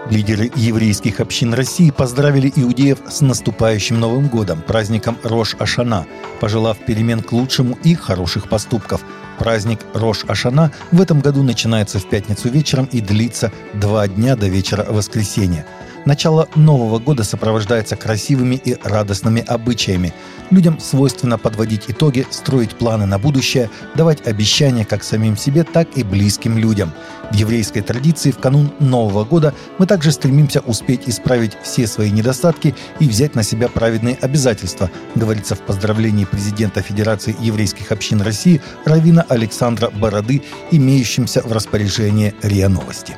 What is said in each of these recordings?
Лидеры еврейских общин России поздравили иудеев с наступающим Новым годом, праздником Рош-аш-Шана, пожелав перемен к лучшему и хороших поступков. Праздник Рош-аш-Шана в этом году начинается в пятницу вечером и длится 2 дня до вечера воскресенья. Начало Нового года сопровождается красивыми и радостными обычаями. Людям свойственно подводить итоги, строить планы на будущее, давать обещания как самим себе, так и близким людям. В еврейской традиции в канун Нового года мы также стремимся успеть исправить все свои недостатки и взять на себя праведные обязательства, говорится в поздравлении президента Федерации еврейских общин России раввина Александра Бороды, имеющимся в распоряжении РИА Новости.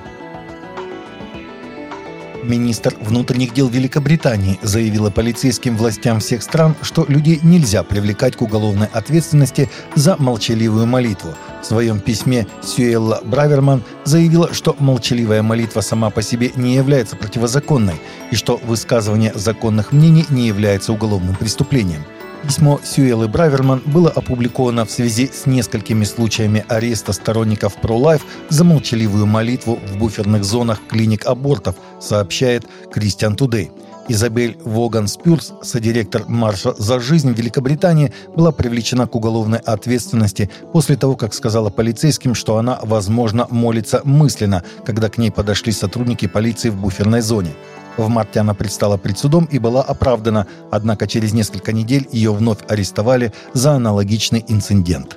Министр внутренних дел Великобритании заявила полицейским властям всех стран, что людей нельзя привлекать к уголовной ответственности за молчаливую молитву. В своем письме Сюэлла Браверман заявила, что молчаливая молитва сама по себе не является противозаконной и что высказывание законных мнений не является уголовным преступлением. Письмо Сюэллы Браверман было опубликовано в связи с несколькими случаями ареста сторонников Pro-Life за молчаливую молитву в буферных зонах клиник абортов, сообщает Christian Today. Изабель Воган-Спюрс, содиректор Марша за жизнь в Великобритании, была привлечена к уголовной ответственности после того, как сказала полицейским, что она, возможно, молится мысленно, когда к ней подошли сотрудники полиции в буферной зоне. В марте она предстала пред судом и была оправдана, однако через несколько недель ее вновь арестовали за аналогичный инцидент.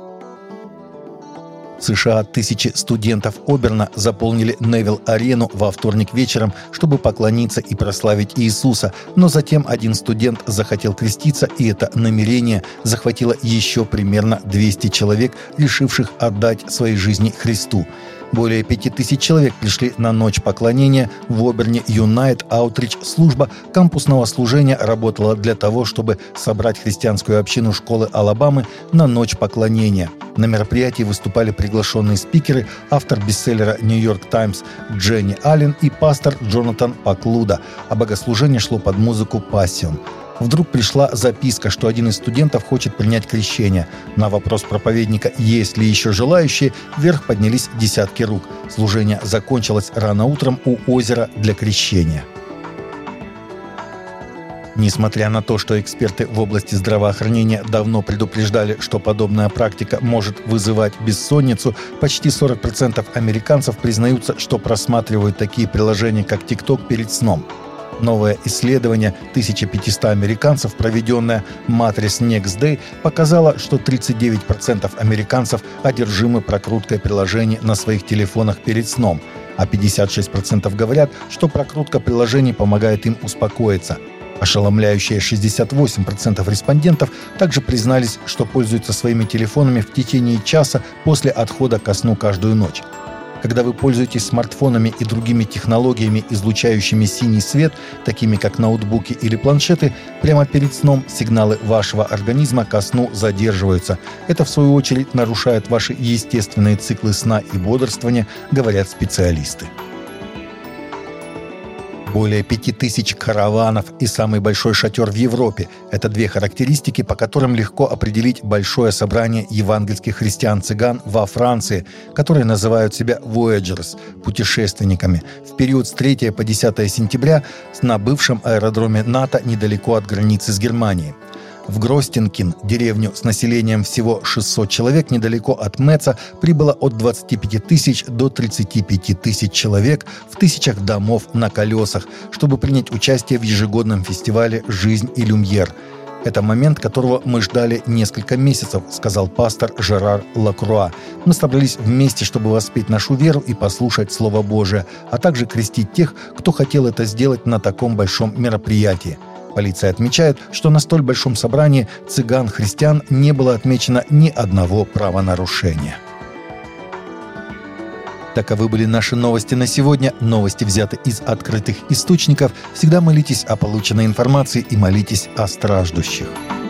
В США тысячи студентов Оберна заполнили Невилл-арену во вторник вечером, чтобы поклониться и прославить Иисуса, но затем один студент захотел креститься, и это намерение захватило еще примерно 200 человек, решивших отдать свои жизни Христу. Более 5000 человек пришли на ночь поклонения в Оберне. Юнайт Аутрич, служба кампусного служения, работала для того, чтобы собрать христианскую общину школы Алабамы на ночь поклонения. На мероприятии выступали приглашенные спикеры, автор бестселлера «Нью-Йорк Таймс» Дженни Аллен и пастор Джонатан Паклуда, а богослужение шло под музыку «Пассион». Вдруг пришла записка, что один из студентов хочет принять крещение. На вопрос проповедника, есть ли еще желающие, вверх поднялись десятки рук. Служение закончилось рано утром у озера для крещения. Несмотря на то, что эксперты в области здравоохранения давно предупреждали, что подобная практика может вызывать бессонницу, почти 40% американцев признаются, что просматривают такие приложения, как TikTok, перед сном. Новое исследование 1500 американцев, проведенное Matrix Next Day, показало, что 39% американцев одержимы прокруткой приложений на своих телефонах перед сном, а 56% говорят, что прокрутка приложений помогает им успокоиться. Ошеломляющие 68% респондентов также признались, что пользуются своими телефонами в течение часа после отхода ко сну каждую ночь. Когда вы пользуетесь смартфонами и другими технологиями, излучающими синий свет, такими как ноутбуки или планшеты, прямо перед сном сигналы вашего организма ко сну задерживаются. Это, в свою очередь, нарушает ваши естественные циклы сна и бодрствования, говорят специалисты. Более 5000 караванов и самый большой шатер в Европе – это две характеристики, по которым легко определить большое собрание евангельских христиан-цыган во Франции, которые называют себя «Voyagers» – путешественниками, в период с 3 по 10 сентября на бывшем аэродроме НАТО недалеко от границы с Германией. В Гростенкин, деревню с населением всего 600 человек, недалеко от Меца, прибыло от 25 тысяч до 35 тысяч человек в тысячах домов на колесах, чтобы принять участие в ежегодном фестивале «Жизнь и люмьер». «Это момент, которого мы ждали несколько месяцев», — сказал пастор Жерар Лакруа. «Мы собрались вместе, чтобы воспеть нашу веру и послушать Слово Божие, а также крестить тех, кто хотел это сделать на таком большом мероприятии». Полиция отмечает, что на столь большом собрании цыган-христиан не было отмечено ни одного правонарушения. Таковы были наши новости на сегодня. Новости взяты из открытых источников. Всегда молитесь о полученной информации и молитесь о страждущих.